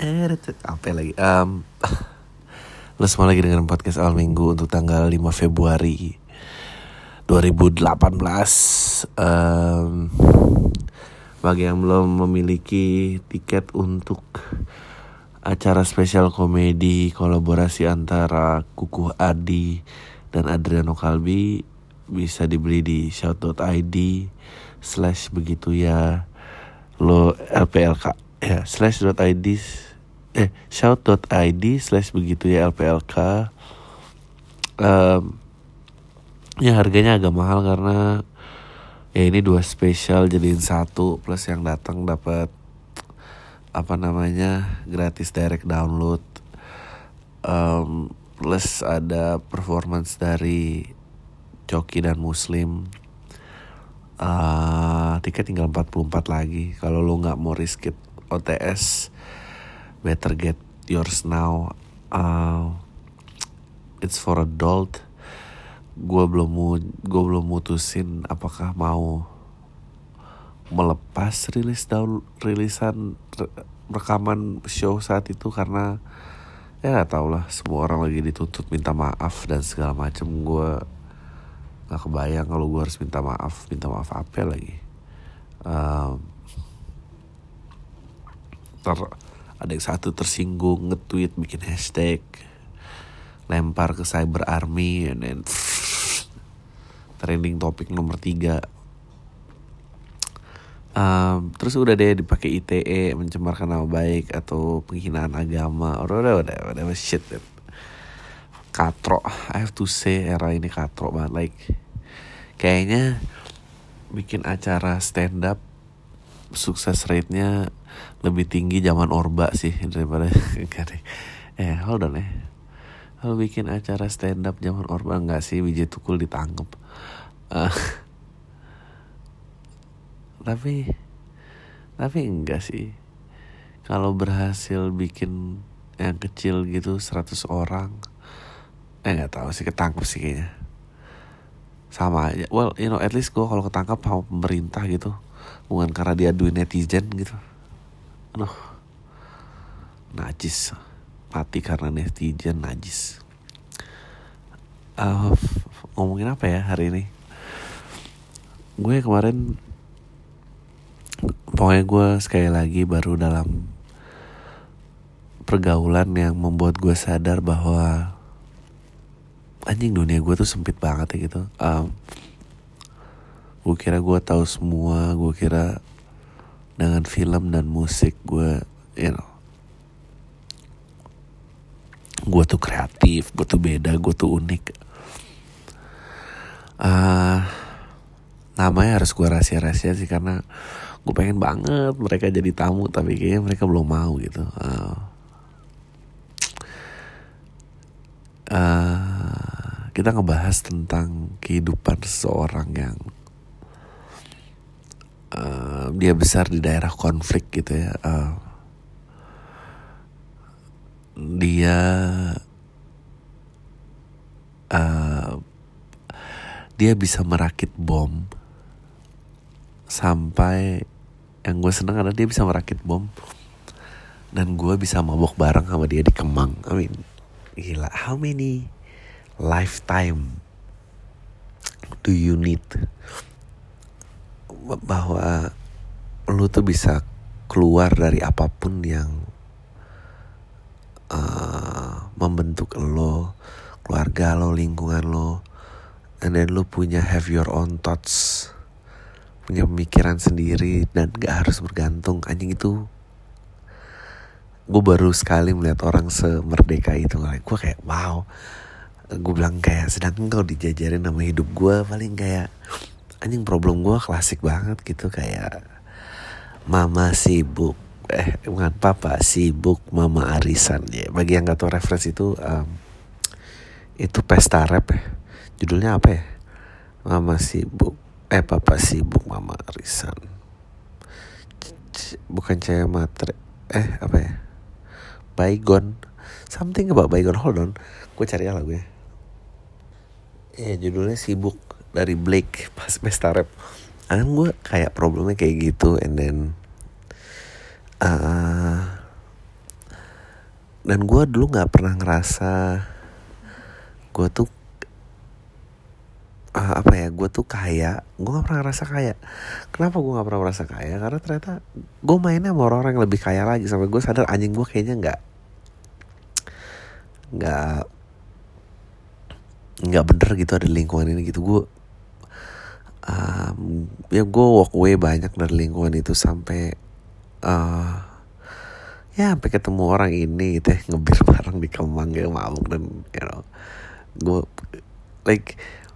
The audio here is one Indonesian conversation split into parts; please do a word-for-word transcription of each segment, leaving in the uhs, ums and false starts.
Apa lagi? Um, Lo semua lagi dengan podcast awal minggu untuk tanggal lima Februari dua ribu delapan belas. um, Bagi yang belum memiliki tiket untuk acara spesial komedi kolaborasi antara Kukuh Adi dan Adriano Kalbi, bisa dibeli di shout.id slash begitu ya lo L P L K ya slash dot id eh shout.id slash begitu ya L P L K. um, ya harganya agak mahal karena ya ini dua spesial jadiin satu, plus yang datang dapat apa namanya gratis direct download, um, plus ada performance dari Coki dan Muslim. Uh, tiket tinggal empat puluh empat lagi. Kalau lo nggak mau risk it O T S, better get yours now. Uh, it's for adult. Gue belum mu, gue belum mutusin apakah mau melepas rilis daun rilisan re, rekaman show saat itu, karena ya nggak tau lah, semua orang lagi dituntut minta maaf dan segala macem. Gue nggak kebayang kalau gue harus minta maaf. Minta maaf apa lagi? Um, ter ada yang satu tersinggung, nge-tweet, bikin hashtag, lempar ke cyber army, and then pff, trending topik nomor tiga. Um, terus udah deh dipakai I T E, mencemarkan nama baik atau penghinaan agama. Udah udah udah udah, udah shit. Man. Katro, I have to say era ini katro banget. Like kayaknya bikin acara stand up sukses rate-nya lebih tinggi zaman Orba sih daripada eh hold on eh kalau bikin acara stand up zaman Orba enggak sih, Wijay Tukul ditangkap. Uh, tapi tapi enggak sih kalau berhasil bikin yang kecil gitu seratus orang. Eh nggak tahu sih, ketangkep sih kayaknya sama aja. Well, you know, at least gue kalau ketangkap sama pemerintah gitu, bukan karena dia duit netizen gitu. Aduh, najis, mati karena netizen, najis. Uh, ngomongin apa ya hari ini? Gue kemarin, pokoknya gue sekali lagi baru dalam pergaulan yang membuat gue sadar bahwa anjing, dunia gue tuh sempit banget ya gitu. Um, gue kira gue tahu semua. Gue kira dengan film dan musik gue, you know, gue tuh kreatif, gue tuh beda, gue tuh unik. Uh, namanya harus gue rahasia-rahasia sih, karena gue pengen banget mereka jadi tamu, tapi kayaknya mereka belum mau gitu. Uh, uh, Kita ngebahas tentang kehidupan seseorang yang uh, dia besar di daerah konflik gitu ya. Uh, dia uh, dia bisa merakit bom sampai, yang gue seneng adalah dia bisa merakit bom dan gue bisa mabok bareng sama dia di Kemang. I mean, gila, how many lifetime do you need bahwa lu tuh bisa keluar dari apapun yang uh, membentuk lo, keluarga lo, lingkungan lo, and then lu punya have your own thoughts, punya pemikiran sendiri dan gak harus bergantung. Anjing, itu gue baru sekali melihat orang semerdeka itu. Gue kayak wow. Gue bilang kayak, sedangkan kalau dijajarin sama hidup gue paling kayak anjing, problem gue klasik banget gitu, kayak mama sibuk, eh bukan papa sibuk, mama arisan ya. Bagi yang nggak tahu referensi itu, um, itu pesta rap ya. Judulnya apa ya? Mama sibuk, eh papa sibuk, mama arisan. Bukan cewek matre, eh apa ya? Baygon, something about Baygon. Hold on, gue cari lagunya. Ya judulnya Sibuk dari Blake pas pesta rap. Kan gue kayak problemnya kayak gitu, and then uh, Dan gue dulu nggak pernah ngerasa gue tuh uh, apa ya gue tuh kaya. Gue nggak pernah ngerasa kaya. Kenapa gue nggak pernah merasa kaya? Karena ternyata gue mainnya sama orang-orang yang lebih kaya lagi, sampai gue sadar anjing gue kayaknya nggak nggak nggak bener gitu ada lingkungan ini gitu. Gue um, ya gue walk away banyak dari lingkungan itu sampai uh, ya sampai ketemu orang ini gitu ya, ngebir bareng di Kemang kayak mabuk, dan you know gue like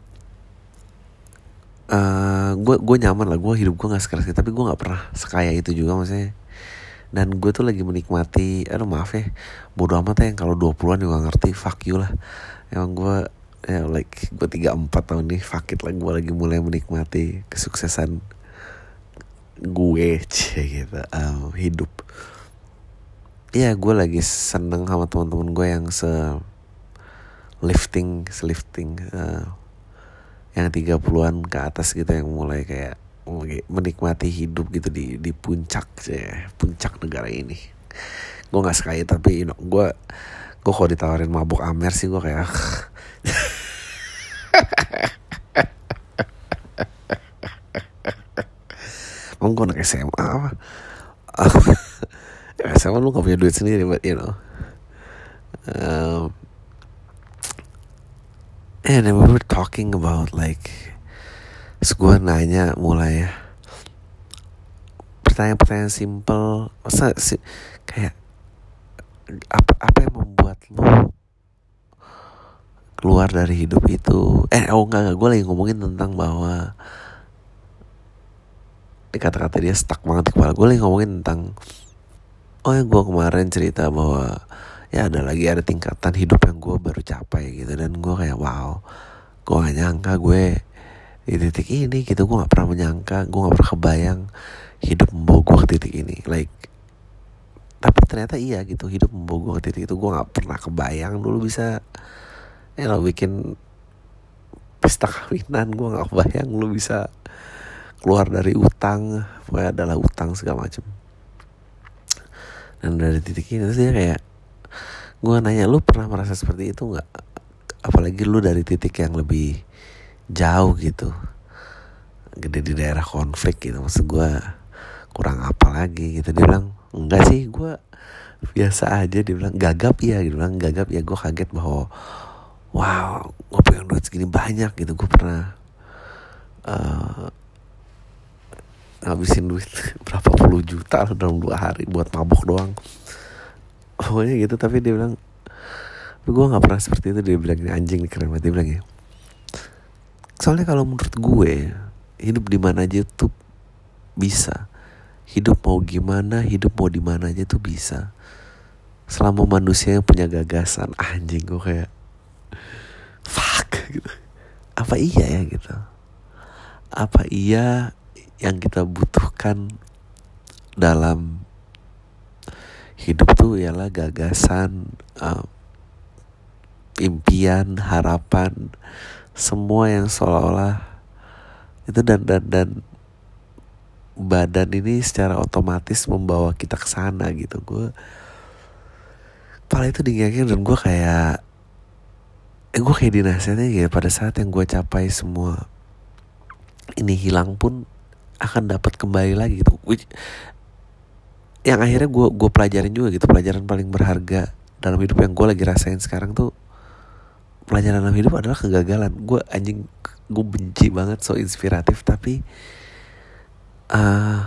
uh, gue gue nyaman lah, gue hidup gue nggak sekeras itu, tapi gue nggak pernah sekaya itu juga maksudnya. Dan gue tuh lagi menikmati, aduh maaf ya, bodo amat ya yang kalau dua puluhan juga ngerti, fuck you lah. Emang gue ya like gue tiga puluh empat tahun nih, fuck it lah, gue lagi mulai menikmati kesuksesan gue cie gitu, um, hidup. Iya, gue lagi seneng sama teman-teman gue yang se lifting, se lifting uh, yang tiga puluhan ke atas gitu, yang mulai kayak menikmati hidup gitu di di puncak ya, puncak negara ini. Gue nggak sekaya, tapi you know, gue gue kalau ditawarin mabuk Amer sih gue kayak emang gue anak S M A apa? S M A lu gak punya duit sendiri, but you know. Um, and then we were talking about like, terus gue nanya mulai ya, pertanyaan-pertanyaan simple, masa sih kayak apa apa yang membuat lu keluar dari hidup itu? Eh oh enggak, enggak. Gue lagi ngomongin tentang bahwa di kata-kata dia stuck banget di kepala. Gue lagi ngomongin tentang oh ya gue kemarin cerita bahwa ya ada lagi ada tingkatan hidup yang gue baru capai gitu, dan gue kayak wow, gue gak nyangka gue di titik ini gitu. Gue gak pernah menyangka, gue gak pernah kebayang hidup membawa gue ke titik ini, like, tapi ternyata iya gitu, hidup membawa gue ke titik itu. Gue gak pernah kebayang dulu bisa ya lo bikin pesta kawinan, gue gak kebayang lu bisa keluar dari utang, pokoknya adalah utang segala macam. Dan dari titik ini terus dia kayak, gue nanya, lu pernah merasa seperti itu gak? Apalagi lu dari titik yang lebih jauh gitu, gede di daerah konflik gitu. Maksud gue kurang apa lagi gitu. Dia bilang enggak sih, gue biasa aja. Dia bilang gagap ya, dia bilang gagap ya. Gue kaget bahwa wow, gue pengen duit segini banyak gitu. Gue pernah uh, ngabisin duit berapa puluh juta dalam dua hari buat mabuk doang, pokoknya gitu. Tapi dia bilang, gue gak pernah seperti itu. Dia bilang, anjing nih keren banget. Dia bilang ya, soalnya kalau menurut gue, hidup di mana aja tuh bisa. Hidup mau gimana, hidup mau di mana aja tuh bisa, selama manusia yang punya gagasan. Anjing, gue kayak fuck gitu. Apa iya ya gitu? Apa iya yang kita butuhkan dalam hidup tuh ialah gagasan, um, impian, harapan, semua yang seolah-olah itu, dan dan dan badan ini secara otomatis membawa kita ke sana gitu. Gue kepala itu dingin, dan gue kayak eh gue kayak dinasihatnya ya, pada saat yang gue capai semua ini hilang pun akan dapat kembali lagi gitu. Which, yang akhirnya gue gue pelajarin juga gitu. Pelajaran paling berharga dalam hidup yang gue lagi rasain sekarang tuh, pelajaran dalam hidup adalah kegagalan. Gue anjing, gue benci banget so inspiratif, tapi uh,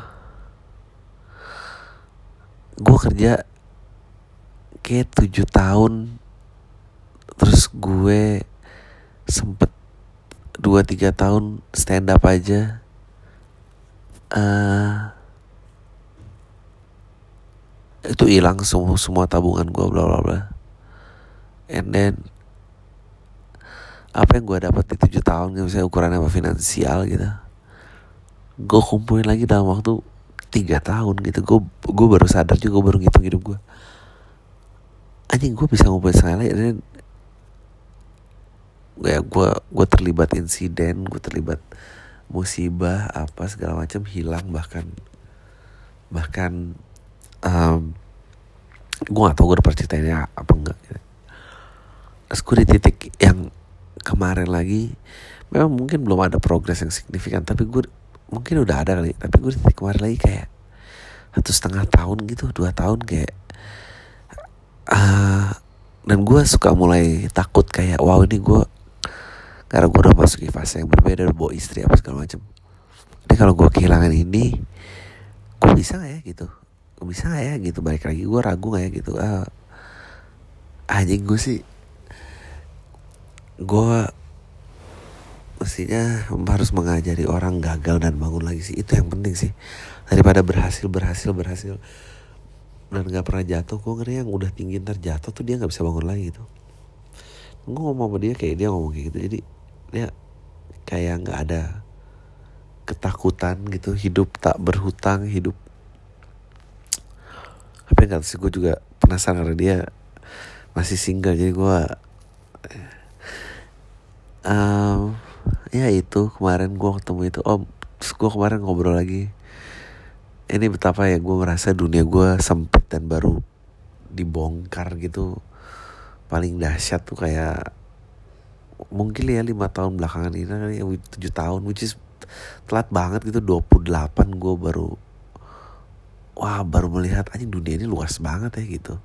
gue kerja kayak tujuh tahun, terus gue sempet dua tiga tahun stand up aja. Uh, itu hilang semua semua tabungan gue, bla bla bla. And then apa yang gue dapat di tujuh tahun, misalnya ukurannya apa finansial gitu, gue kumpulin lagi dalam waktu tiga tahun gitu. Gue gue baru sadar juga, gue baru ngitung hidup gue. Anjing, gue bisa ngumpulin sekali. Dan ya gue gue terlibat insiden, gue terlibat musibah apa segala macam, hilang, bahkan bahkan um, gue gak tau gue udah percitainnya apa enggak gitu. Terus gue di titik yang kemarin lagi, memang mungkin belum ada progres yang signifikan, tapi gue mungkin udah ada kali. Tapi gue di titik kemarin lagi kayak satu setengah tahun gitu, dua tahun kayak uh, dan gue suka mulai takut kayak wow ini gue, karena gue udah masuk di fase yang berbeda, udah bawa istri apa segala macam. Jadi kalau gue kehilangan ini, gue bisa gak ya gitu, gue bisa gak ya gitu, balik lagi gue ragu gak ya gitu. uh, anjing gue sih, gue mestinya harus mengajari orang gagal dan bangun lagi sih. Itu yang penting sih, daripada berhasil berhasil berhasil dan gak pernah jatuh. Gue ngeri yang udah tinggi ntar jatuh tuh dia gak bisa bangun lagi gitu. Gue ngomong sama dia kayak dia ngomong kayak gitu, jadi dia kayak gak ada ketakutan gitu, hidup tak berhutang, hidup apa yang gak tahu sih. Gue juga penasaran karena dia masih single, jadi gue um, ya itu kemarin gue ketemu itu om. Terus gue kemarin ngobrol lagi, ini betapa ya gue merasa dunia gue sempit dan baru dibongkar gitu. Paling dahsyat tuh kayak mungkin ya lima tahun belakangan ini, tujuh tahun, which is telat banget gitu. Dua puluh delapan gue baru, wah baru melihat anjing dunia ini luas banget ya gitu.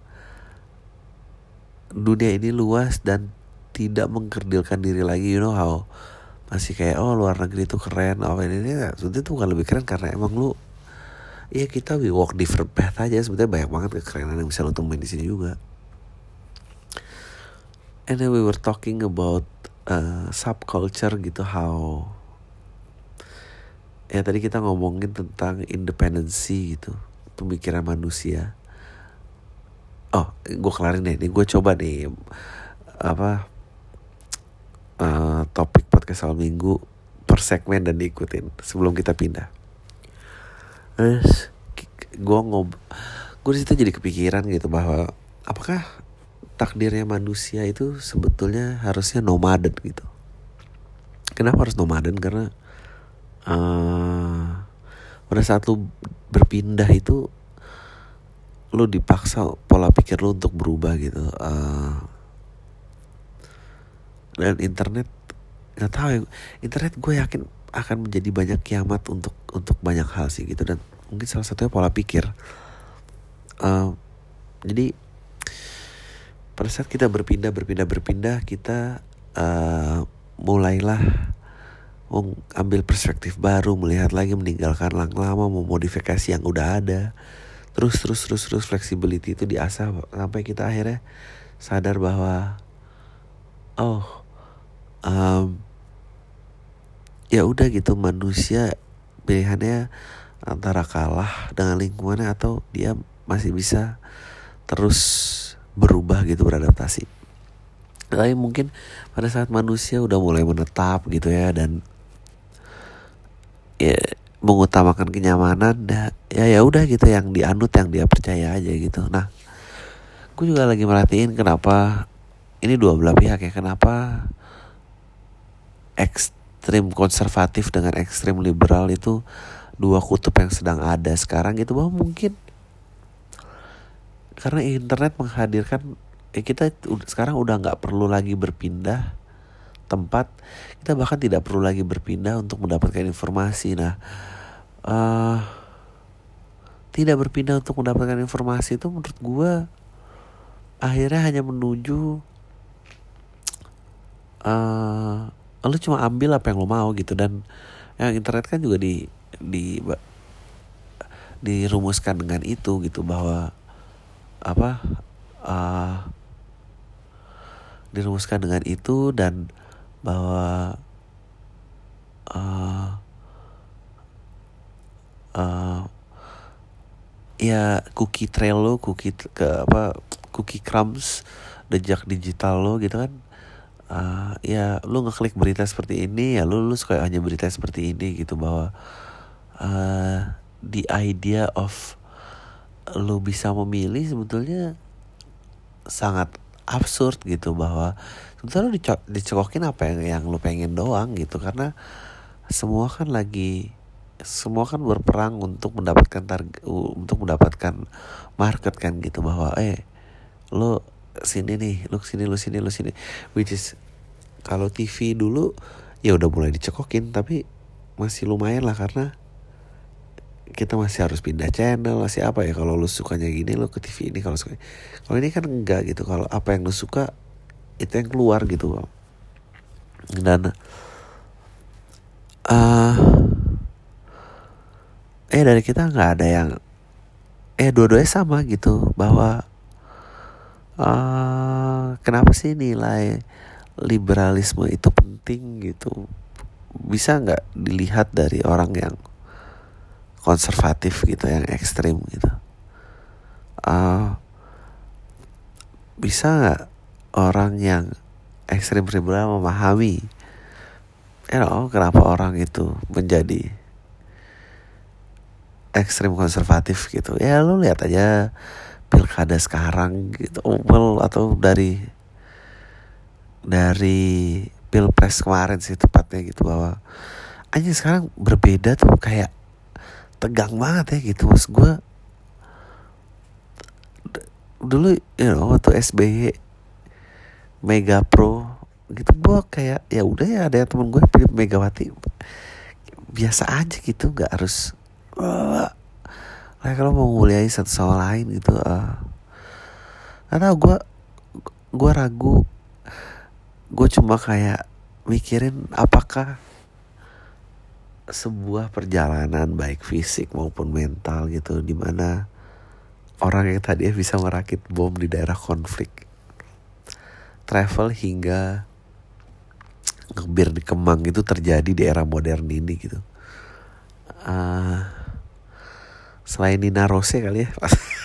Dunia ini luas dan tidak mengkerdilkan diri lagi, you know how masih kayak oh luar negeri itu keren, oh ini ini sebetulnya tuh bukan lebih keren karena emang lu, iya kita we walk different path aja. Sebetulnya banyak banget kekerenan yang bisa lu temuin di sini juga. And then we were talking about uh, subculture gitu, how ya tadi kita ngomongin tentang independency gitu, pemikiran manusia. Oh, gue kelarin deh, nih gue coba nih apa uh, topik podcast awal minggu per segmen dan diikutin sebelum kita pindah. Terus gue ngob, gue disitu jadi kepikiran gitu bahwa apakah takdirnya manusia itu sebetulnya harusnya nomaden gitu. Kenapa harus nomaden? Karena uh, pada saat lu berpindah itu lu dipaksa pola pikir lu untuk berubah gitu. Uh, dan internet, nggak tahu ya, internet gue yakin akan menjadi banyak kiamat untuk untuk banyak hal sih gitu. Dan mungkin salah satunya pola pikir. Uh, jadi pada saat kita berpindah berpindah berpindah kita uh, mulailah ambil perspektif baru, melihat lagi, meninggalkan yang lama, memodifikasi yang udah ada, terus terus terus terus flexibility itu diasah sampai kita akhirnya sadar bahwa oh um, ya udah gitu, manusia pilihannya antara kalah dengan lingkungannya atau dia masih bisa terus berubah gitu, beradaptasi. Tapi mungkin pada saat manusia udah mulai menetap gitu ya, dan ya mengutamakan kenyamanan, dah, ya ya udah gitu, yang dianut, yang dia percaya aja gitu. Nah, gue juga lagi merhatiin kenapa ini dua belah pihak ya, kenapa ekstrim konservatif dengan ekstrim liberal itu dua kutub yang sedang ada sekarang gitu. Bahwa mungkin karena internet menghadirkan eh, kita sekarang udah nggak perlu lagi berpindah tempat, kita bahkan tidak perlu lagi berpindah untuk mendapatkan informasi. Nah, uh, tidak berpindah untuk mendapatkan informasi itu menurut gue akhirnya hanya menuju uh, lu cuma ambil apa yang lu mau gitu. Dan yang internet kan juga di di dirumuskan dengan itu gitu, bahwa apa uh, dirumuskan dengan itu, dan bahwa uh, uh, ya cookie trail lo, cookie ke apa cookie crumbs, jejak digital lo gitu kan. Uh, ya lu ngeklik berita seperti ini, ya lu lu suka hanya berita seperti ini gitu. Bahwa uh, the idea of lu bisa memilih sebetulnya sangat absurd gitu. Bahwa sebetulnya lu dico- dicekokin apa yang yang lu pengen doang gitu. Karena semua kan lagi semua kan berperang untuk mendapatkan target, untuk mendapatkan market kan gitu. Bahwa eh lo sini nih, lo sini, lo sini, lo sini. Which is kalau T V dulu ya udah mulai dicekokin, tapi masih lumayan lah karena kita masih harus pindah channel, masih apa ya, kalau lu sukanya gini lu ke T V ini, kalau suka. Kalau ini kan enggak gitu, kalau apa yang lu suka itu yang keluar gitu. Dan uh, eh dari kita nggak ada yang eh dua-duanya sama gitu, bahwa uh, kenapa sih nilai liberalisme itu penting gitu, bisa nggak dilihat dari orang yang konservatif gitu, yang ekstrim gitu. Uh, bisa nggak orang yang ekstrim liberal memahami, you know, kenapa orang itu menjadi ekstrim konservatif gitu? Ya lo lihat aja pilkada sekarang gitu, well, atau dari dari pilpres kemarin sih tepatnya gitu, bahwa anjing sekarang berbeda tuh, kayak tegang banget ya gitu. Mas gue d- dulu you know, waktu S B Y Mega Pro gitu, gue kayak ya udah ya, ada temen gue pilih Megawati, biasa aja gitu, nggak harus uh, kayak kalau mau muliain satu sama lain gitu. Uh, nggak tahu, gue gue ragu, gue cuma kayak mikirin apakah sebuah perjalanan baik fisik maupun mental gitu, dimana orang yang tadinya bisa merakit bom di daerah konflik, travel hingga ngebir di Kemang, itu terjadi di era modern ini gitu. Uh, selain Nina Rose kali ya,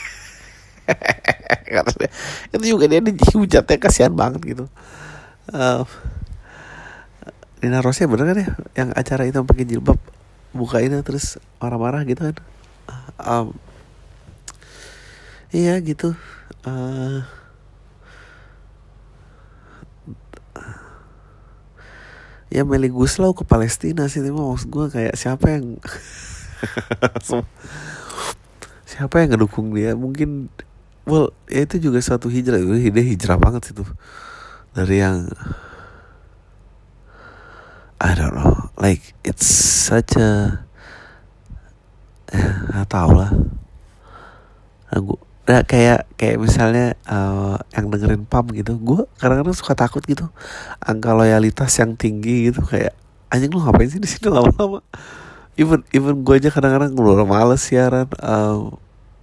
itu juga dia dihujatnya kasihan banget gitu. Uh, Nina Rose bener kan ya, yang acara itu pakai jilbab, buka itu terus marah-marah gitu kan. Um, iya gitu. Uh, ya Meli Guslau ke Palestina sih, tapi maksud gue kayak siapa yang siapa yang ngedukung dia? Mungkin, well, ya itu juga suatu hijrah, dia hijrah banget situ dari yang I don't know, like it's such a, eh, nggak tahu lah. Aku, nah, kayak kayak misalnya uh, yang dengerin Pam gitu, gue kadang-kadang suka takut gitu, angka loyalitas yang tinggi gitu, kayak anjing lu ngapain sih di sini lama-lama. Even even gue aja kadang-kadang udah males siaran. Um,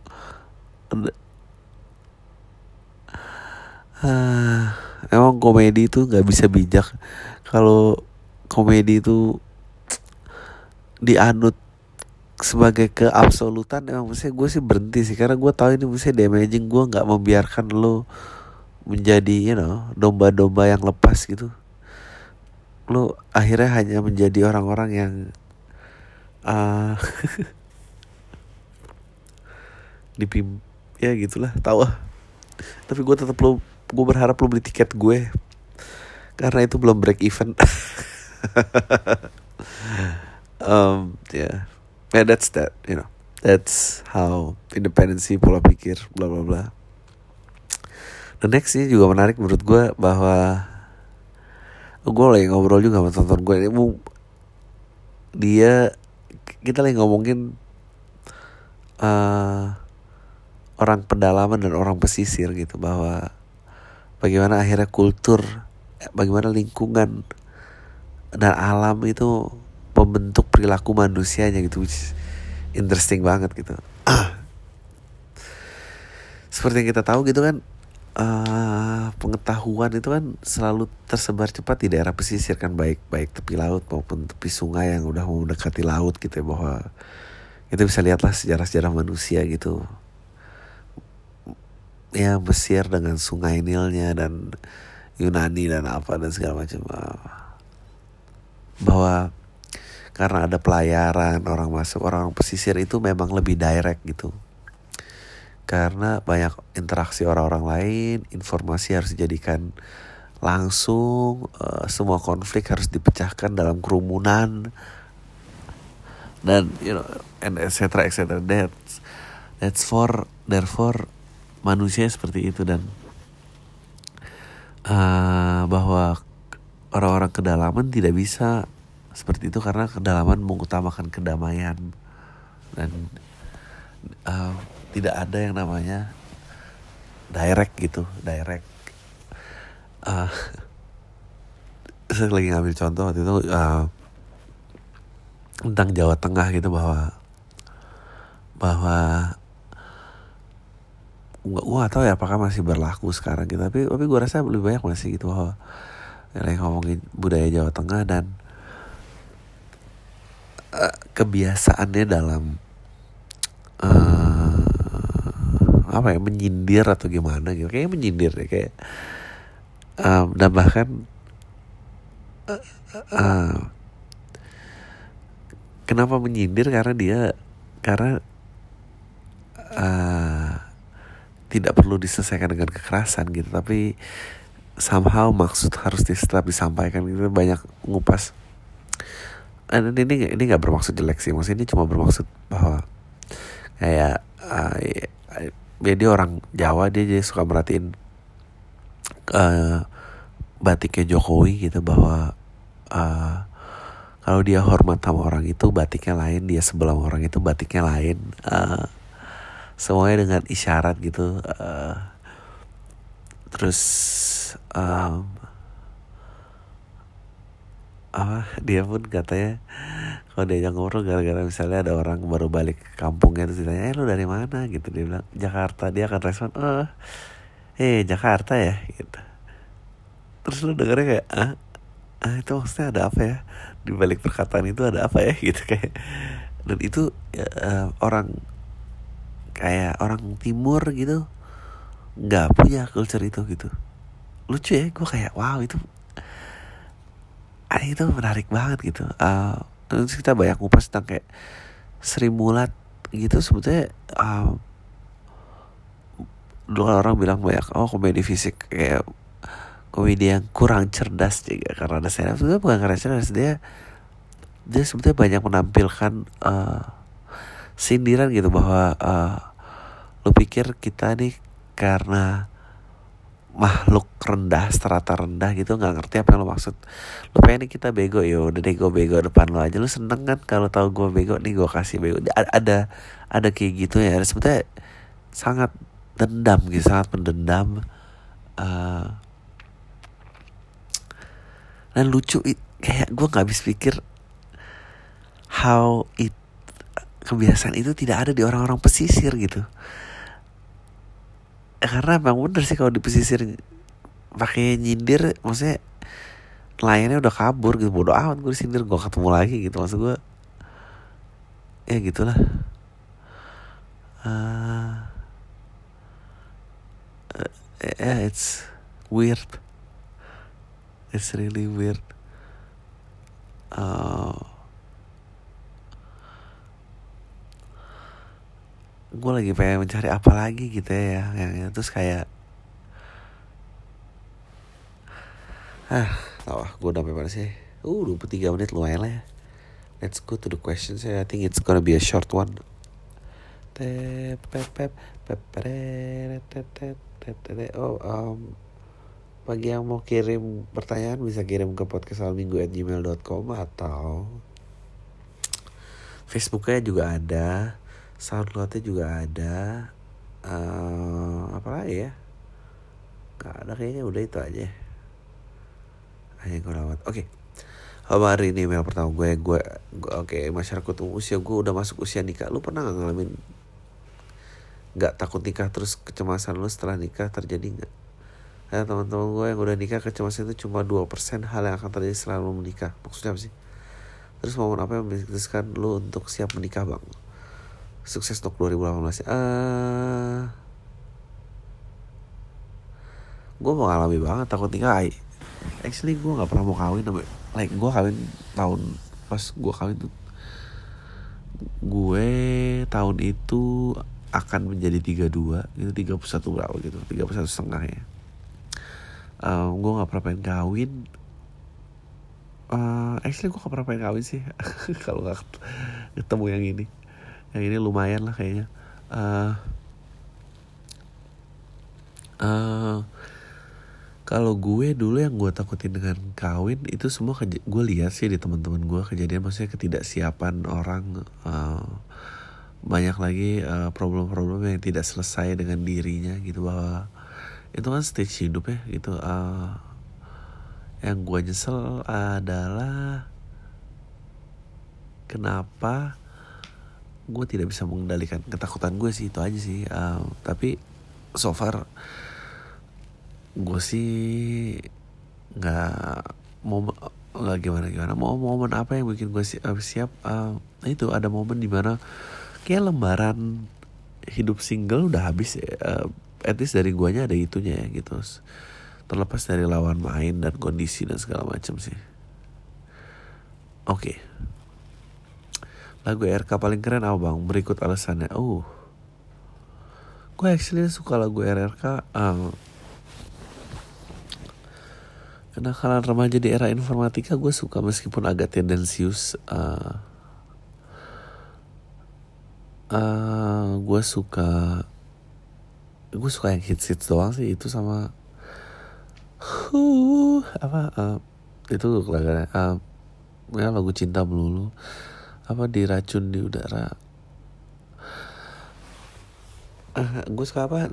uh, emang komedi itu nggak bisa bijak. Kalau komedi itu dianut sebagai keabsolutan, emang maksudnya gue sih berhenti sih, karena gue tahu ini maksudnya damaging. Gue nggak membiarkan lo menjadi you know domba-domba yang lepas gitu. Lo akhirnya hanya menjadi orang-orang yang uh, dipim ya gitulah, tahu ah. Tapi gue tetap lo, gue berharap lo beli tiket gue, karena itu belum break even. um, ya, yeah. yeah, that's that, you know, that's how independency pola pikir, bla bla bla. The next ini juga menarik menurut gue, bahwa gue lagi ngobrol juga sama tonton gue ini, dia, kita lagi ngomongin uh, orang pedalaman dan orang pesisir gitu, bahwa bagaimana akhirnya kultur, bagaimana lingkungan dan alam itu membentuk perilaku manusianya gitu, which is interesting banget gitu. Seperti yang kita tahu gitu kan, uh, pengetahuan itu kan selalu tersebar cepat di daerah pesisir kan, baik baik tepi laut maupun tepi sungai yang udah mau mendekati laut gitu ya, bahwa kita bisa lihatlah sejarah-sejarah manusia gitu. Ya Mesir dengan sungai Nilnya, dan Yunani dan apa dan segala macam, bahwa karena ada pelayaran, orang masuk, orang pesisir itu memang lebih direct gitu, karena banyak interaksi orang-orang lain, informasi harus dijadikan langsung, uh, semua konflik harus dipecahkan dalam kerumunan, dan you know, and et cetera et cetera. That's that's for therefore manusia seperti itu. Dan uh, bahwa orang-orang kedalaman tidak bisa seperti itu karena kedalaman mengutamakan kedamaian dan uh, tidak ada yang namanya direct gitu, direct. Uh, saya lagi ngambil contoh waktu itu uh, tentang Jawa Tengah gitu bahwa bahwa gue gak tahu ya apakah masih berlaku sekarang gitu, tapi tapi gue rasa lebih banyak masih gitu bahwa yang ngomongin budaya Jawa Tengah dan uh, kebiasaannya dalam uh, apa ya, menyindir atau gimana gitu, kayak menyindir ya kayak um, dan bahkan uh, uh, kenapa menyindir karena dia karena uh, tidak perlu diselesaikan dengan kekerasan gitu, tapi somehow maksud harus tetap disampaikan gitu. Banyak ngupas, dan ini ini nggak bermaksud jelek sih, maksudnya ini cuma bermaksud bahwa kayak uh, ya, dia orang Jawa, dia jadi suka merhatiin uh, batiknya Jokowi gitu, bahwa uh, kalau dia hormat sama orang itu batiknya lain, dia sebelah orang itu batiknya lain, uh, semuanya dengan isyarat gitu. Uh, terus um, apa dia pun katanya kalau diajak ngobrol, gara-gara misalnya ada orang baru balik ke kampungnya terus ditanya, eh lu dari mana gitu, dia bilang Jakarta, dia akan respon, oh eh Jakarta ya gitu. Terus lu dengernya kayak ah, ah itu maksudnya ada apa ya di balik perkataan itu, ada apa ya gitu kayak. Dan itu ya, uh, orang kayak orang timur gitu nggak punya culture itu gitu. Lucu ya, gue kayak wow, itu ah, itu menarik banget gitu. Uh, terus kita banyak ngupas tentang kayak Sri Mulat gitu, sebetulnya uh, dulu kan orang bilang banyak oh komedi fisik, kayak komedi yang kurang cerdas juga karena ada stand up. Sebenarnya bukan karena cerdas, dia dia sebetulnya banyak menampilkan uh, sindiran gitu, bahwa uh, lu pikir kita nih karena makhluk rendah, strata rendah gitu, nggak ngerti apa yang lo maksud. Lo pengen nih kita bego, yo udah deh gue bego depan lo aja. Lo seneng kan kalau tahu gue bego, nih gue kasih bego. Ada ada kayak gitu ya. Sebetulnya sangat dendam gitu, sangat mendendam. Uh, dan lucu, kayak gue nggak habis pikir how it kebiasaan itu tidak ada di orang-orang pesisir gitu. Karena emang bener sih kalau di pesisir pakai nyindir, maksudnya nelayannya udah kabur gitu, bodo amat gue disindir, gue ketemu lagi gitu, maksud gue ya gitulah. Uh, uh, yeah, it's weird, it's really weird. Uh, gue lagi pengen mencari apa lagi gitu ya, yang, yang terus kayak ah tau gue udah sampai mana sih, uh dua puluh tiga menit lumayan lah ya. Let's go to the questions. I think it's gonna be a short one. Oh, um, bagi yang mau kirim pertanyaan bisa kirim ke podcast alminggu at gmail dot com atau Facebooknya juga ada, SoundCloudnya juga ada, uh, apa lagi ya? Gak ada kayaknya, udah itu aja. Ayo gue lewat. Oke. Okay. Hari ini email pertama gue, gue, gue oke okay, masyarakat usia gue udah masuk usia nikah. Lu pernah nggak ngalamin nggak takut nikah terus kecemasan lu setelah nikah terjadi nggak? Ya teman-teman gue yang udah nikah, kecemasan itu cuma dua persen hal yang akan terjadi setelah lu menikah. Maksudnya apa sih? Terus momen apa yang memutuskan lu untuk siap menikah bang? Sukses untuk dua ribu delapan belas. Uh, gue mau ngalami banget takut nikah. Actually gue nggak pernah mau kawin, like gue kawin tahun pas gue kawin tuh, gue tahun itu akan menjadi tiga puluh dua gitu, tiga puluh satu berapa gitu, tiga puluh satu setengah ya. Um, gue nggak pernah pengen kawin. Uh, actually gue nggak pernah pengen kawin sih. Kalau nggak ketemu yang ini, yang ini lumayan lah kayaknya. Uh, uh, Kalau gue dulu yang gue takutin dengan kawin itu semua keja- gue lihat sih di teman-teman gue kejadian, maksudnya ketidaksiapan orang, uh, banyak lagi uh, problem-problem yang tidak selesai dengan dirinya gitu, bahwa itu kan stage hidup ya gitu. Uh, yang gue nyesel adalah kenapa gue tidak bisa mengendalikan ketakutan gue sih, itu aja sih. Uh, tapi so far gue sih nggak mau, nggak gimana gimana mau momen apa yang bikin gue siap, siap uh, itu ada momen dimana kayak lembaran hidup single udah habis ya, uh, at least dari guanya ada itunya ya gitu, terlepas dari lawan main dan kondisi dan segala macam sih. Oke, okay. Lagu R K paling keren apa bang? Berikut alasannya. Oh, gue actually suka lagu R R K. uh, Kenakalan remaja di era informatika gue suka, meskipun agak tendensius. uh, uh, Gue suka Gue suka yang hits-hits doang sih. Itu sama uh, Apa uh, itu lagu uh, ya, lagu Cinta Melulu, apa Diracun di Udara. Uh, gue suka apa?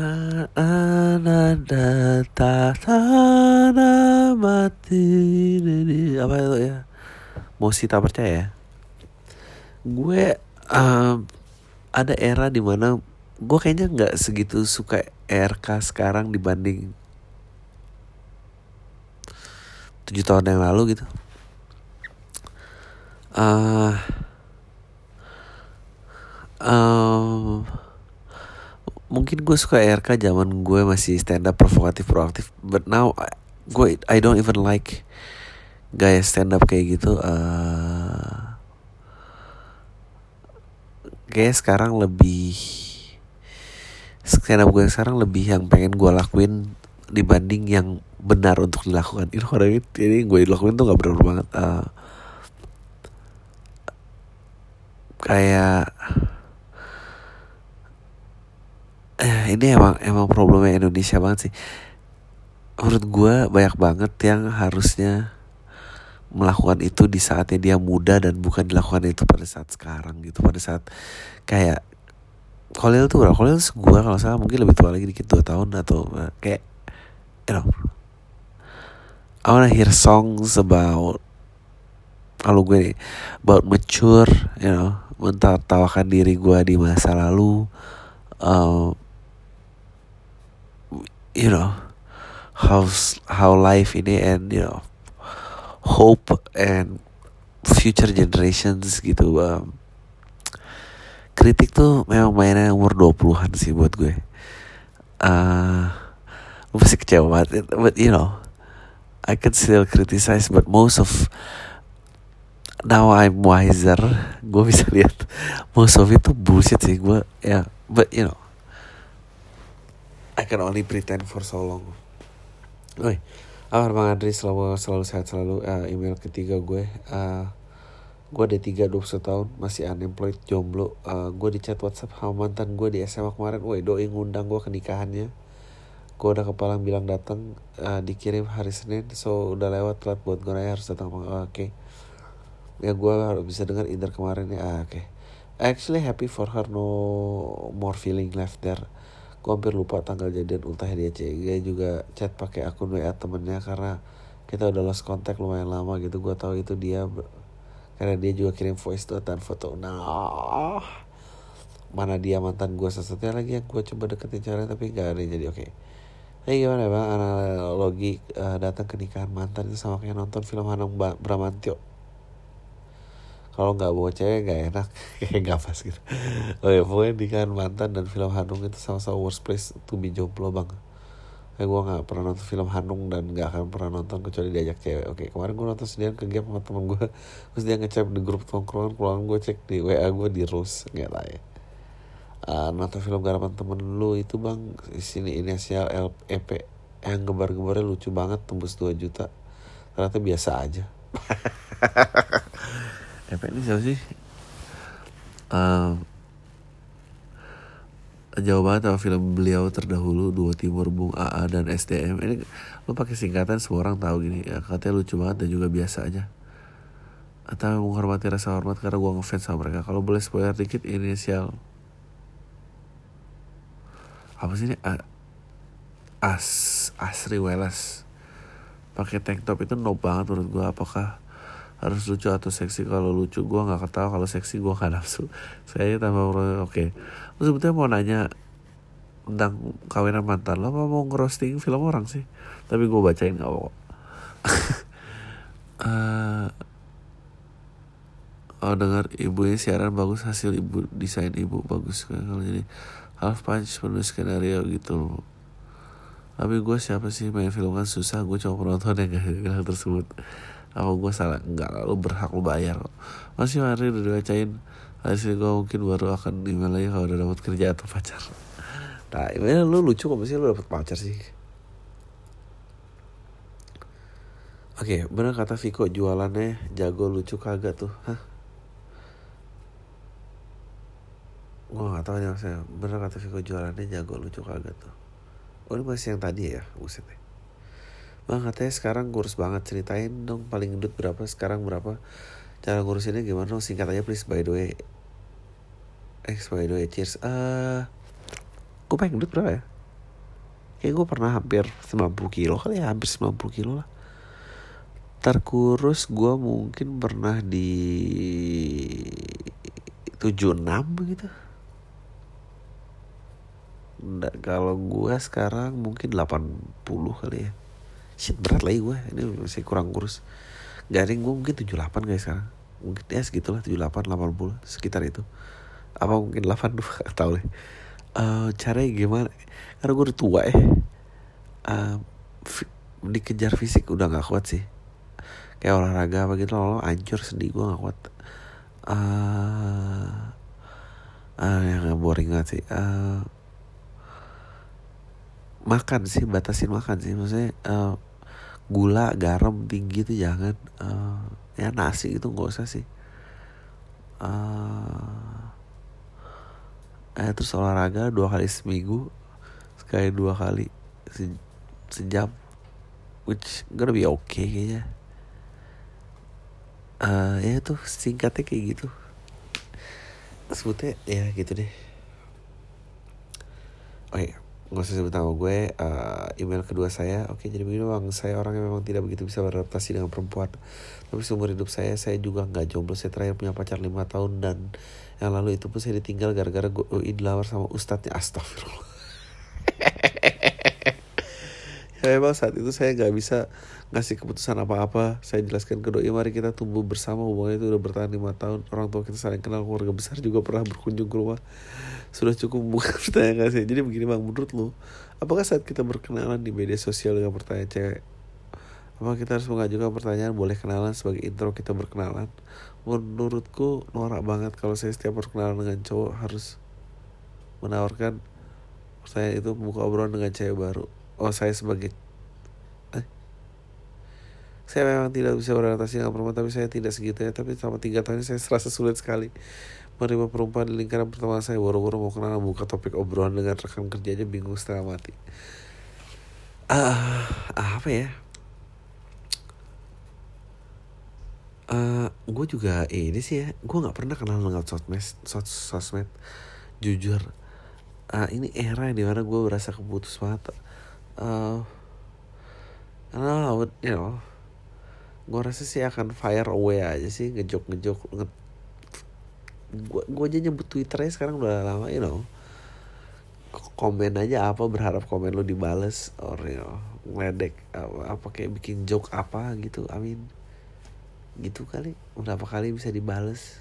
Ananda Tatana mati apa itu ya? Mosi Tak Percaya. Gue um, ada era dimana gue kayaknya nggak segitu suka R K sekarang dibanding tujuh tahun yang lalu gitu. Uh, um, Mungkin gue suka R K zaman gue masih stand up provokatif proaktif, but now gue I don't even like gaya stand up kayak gitu. Uh, kayak sekarang lebih stand up gue sekarang lebih yang pengen gue lakuin dibanding yang benar untuk dilakukan. Ini orang ini gue lakuin tuh nggak benar banget. Uh, kayak Eh, ini emang emang problemnya Indonesia banget sih. Menurut gue banyak banget yang harusnya melakukan itu di saatnya dia muda dan bukan dilakukan itu pada saat sekarang gitu. Pada saat kayak Khalil tuh berapa? Khalil gue kalau salah mungkin lebih tua lagi dikit, dua tahun atau uh, kayak you know, I wanna hear songs about, kalau gue nih, about mature, you know, mentertawakan diri gue di masa lalu. Uh, you know how how life ini and you know hope and future generations gitu. Um, kritik tuh memang mainnya umur dua puluhan sih buat gue. Uh, gue pasti kecewa banget, but you know I can still criticize, but most of now I'm wiser, gue bisa lihat most of itu bullshit sih gue ya, yeah, but you know I can only pretend for so long. Oi, apa Bang Andri, selalu selalu sehat selalu. Uh, email ketiga gue, uh, gue ada tiga dua puluh tahun masih unemployed jomblo. Uh, gue di chat WhatsApp sama mantan gue di S M A kemarin. Woi, doi ngundang gue ke nikahannya. Gue udah kepalang bilang datang, uh, dikirim hari Senin, so udah lewat telat buat gue nanya harus datang. Uh, Oke, okay. Ya gue harus bisa dengar Indra kemarin ya. Uh, Oke, okay. Actually happy for her, no more feeling left there. Gue hampir lupa tanggal jadian ultah dia C. Dia juga chat pakai akun W A temennya karena kita udah lost contact lumayan lama gitu. Gue tahu itu dia karena dia juga kirim voice note dan foto. Nah, mana dia mantan gue sesatnya lagi yang gue coba deketin caranya tapi nggak ada. Jadi oke. Okay. Hey gimana bang, analogi uh, datang ke nikahan mantan itu sama kayak nonton film Hanung Bramantyo. Kalau nggak bawa cewek nggak enak, kayak nggak pas gitu. Oke, pokoknya nikahan mantan dan film Hanung itu sama-sama worst place to be jomblo bang. Kayak gue nggak pernah nonton film Hanung dan nggak akan pernah nonton kecuali diajak cewek. Oke, kemarin gue nonton sendirian ke game sama temen gue, terus dia ngechat di grup tongkrongan, pulang gue cek di W A gue di Rose, nggak lah ya. Uh, nonton film garapan temen lu itu bang, di sini inisial L E P yang gebar-gebarnya lucu banget, tembus dua juta. Ternyata biasa aja. E P ini siapa sih? Uh, Jauh banget sama film beliau terdahulu, Dua Timur, Bung A A dan S D M. Ini lu pakai singkatan semua orang tahu gini ya, katanya lucu banget dan juga biasa aja. Atau menghormati rasa hormat karena gue ngefans sama mereka. Kalau boleh spoiler dikit, inisial apa sih ini? A- As Asri Welas pakai tank top itu noob banget menurut gue. Apakah harus lucu atau seksi? Kalau lucu gue nggak ketawa, kalau seksi gue nggak nafsu. Saya tambah oke. Okay. Lu sebetulnya mau nanya tentang kawinan mantan lo apa mau ngerosting film orang sih? Tapi gue bacain nggak kok. uh, oh dengar ibunya siaran bagus, hasil ibu desain ibu bagus kan. Kalau jadi half punch penulis skenario gitu. Tapi gue siapa sih, main film kan susah. Gue cuma penonton yang gak tersebut. Apa gue salah? Enggak, lu berhak, lu bayar kok. Masih hari udah dibacain. Hasil gue mungkin baru akan email lagi kalau udah dapat kerja atau pacar. Nah email lu lucu kok, pasti lu dapet pacar sih. Oke, okay, bener kata Viko jualannya jago, lucu kagak tuh? Hah? Gue gak tau nih maksudnya. Bener kata Viko jualannya jago, lucu kagak tuh? Oh ini masih yang tadi ya, buset deh. Bang katanya sekarang kurus banget, ceritain dong paling gendut berapa, sekarang berapa, cara ngurusinnya gimana dong, singkat aja please. By the way, eh by the way, cheers. Uh, gue paling gendut berapa ya? Kayak gue pernah hampir sembilan puluh kilo kali ya, hampir sembilan puluh kilo lah. Terkurus gue mungkin pernah di tujuh puluh enam gitu. Nah, kalau gue sekarang mungkin delapan puluh kali ya. Shit, berat lagi gue, ini masih kurang kurus. Garing gue mungkin tujuh puluh delapan guys sekarang. Mungkin ya segitulah, tujuh puluh delapan, delapan puluh, sekitar itu. Apa mungkin delapan puluh, gak tau deh. Uh, caranya gimana? Karena gue udah tua ya. Uh, f- dikejar fisik udah gak kuat sih. Kayak olahraga apa gitu loh, hancur sendi gue gak kuat. Uh, uh, yang boring banget sih. Uh, makan sih, batasin makan sih. Maksudnya uh, gula, garam tinggi tuh jangan. Uh, ya nasi itu gak usah sih. Uh, eh, terus olahraga dua kali seminggu, sekali dua kali se- sejam, which gonna be okay kayaknya. Uh, ya tuh singkatnya kayak gitu. Sebutnya ya gitu deh. Oh iya, nggak usah sebut nama gue. Uh, email kedua saya, oke jadi begini bang, saya orang yang memang tidak begitu bisa beradaptasi dengan perempuan. Tapi seumur hidup saya, saya juga nggak jomblo. Saya terakhir punya pacar lima tahun dan yang lalu itu pun saya ditinggal gara-gara gue uh, dilamar sama ustadznya. Astagfirullah. Ya memang saat itu saya gak bisa ngasih keputusan apa-apa. Saya jelaskan ke doi, mari kita tumbuh bersama. Hubungan itu udah bertahan lima tahun. Orang tua kita saling kenal, keluarga besar juga pernah berkunjung ke rumah. Sudah cukup bukan pertanyaan kasih. Jadi begini bang, menurut lu, apakah saat kita berkenalan di media sosial dengan pertanyaan cewek, apakah kita harus mengajukan pertanyaan boleh kenalan sebagai intro kita berkenalan? Menurutku norak banget kalau saya setiap berkenalan dengan cowok harus menawarkan pertanyaan itu, membuka obrolan dengan cewek baru. Oh saya sebagai eh, saya memang tidak bisa beradaptasi dengan perempuan, tapi saya tidak segitunya. Tapi selama tiga tahun ini saya serasa sulit sekali menerima perempuan di lingkaran pertemanan saya. Boro-boro mau kenalan, buka topik obrolan dengan rekan kerjanya, bingung setengah mati. Ah, uh, apa ya? Uh, gue juga eh, ini sih ya, gue nggak pernah kenal dengan sosmed, sos, sosmed. Jujur, uh, ini era di mana gue berasa keputus banget. Uh, know, you know, gue rasa sih akan fire away aja sih, ngejok ngejok nge gue gue aja nyebut Twitternya sekarang udah lama, you know, komen aja apa, berharap komen lo dibales, or you know, ngeledek apa, apa kayak bikin joke apa gitu, I mean gitu kali, berapa kali bisa dibales.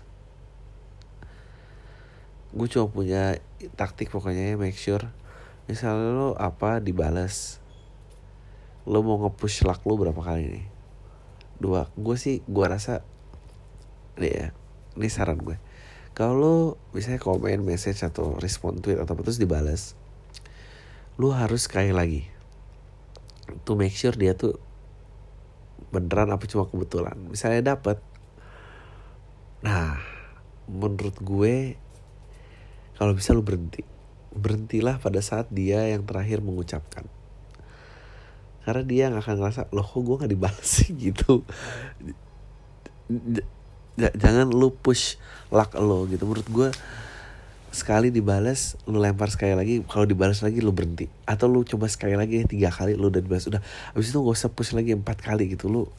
Gue cuma punya taktik pokoknya ya, make sure misalnya lo apa dibales, lo mau nge-push luck lo berapa kali nih? Dua. Gue sih, gue rasa nih ya, ini saran gue, kalau lo misalnya komen, message atau respon tweet atau apa terus dibalas, lo harus sekali lagi to make sure dia tuh beneran apa cuma kebetulan. Misalnya dapet, nah menurut gue kalau bisa lo berhenti, berhentilah pada saat dia yang terakhir mengucapkan. Karena dia yang akan ngerasa, loh kok gue gak dibalas sih gitu. J- Jangan lu push luck lo gitu. Menurut gue sekali dibalas, lu lempar sekali lagi. Kalau dibalas lagi lu berhenti. Atau lu coba sekali lagi, tiga kali lu udah dibalas. Udah, abis itu gak usah push lagi empat kali gitu. Lu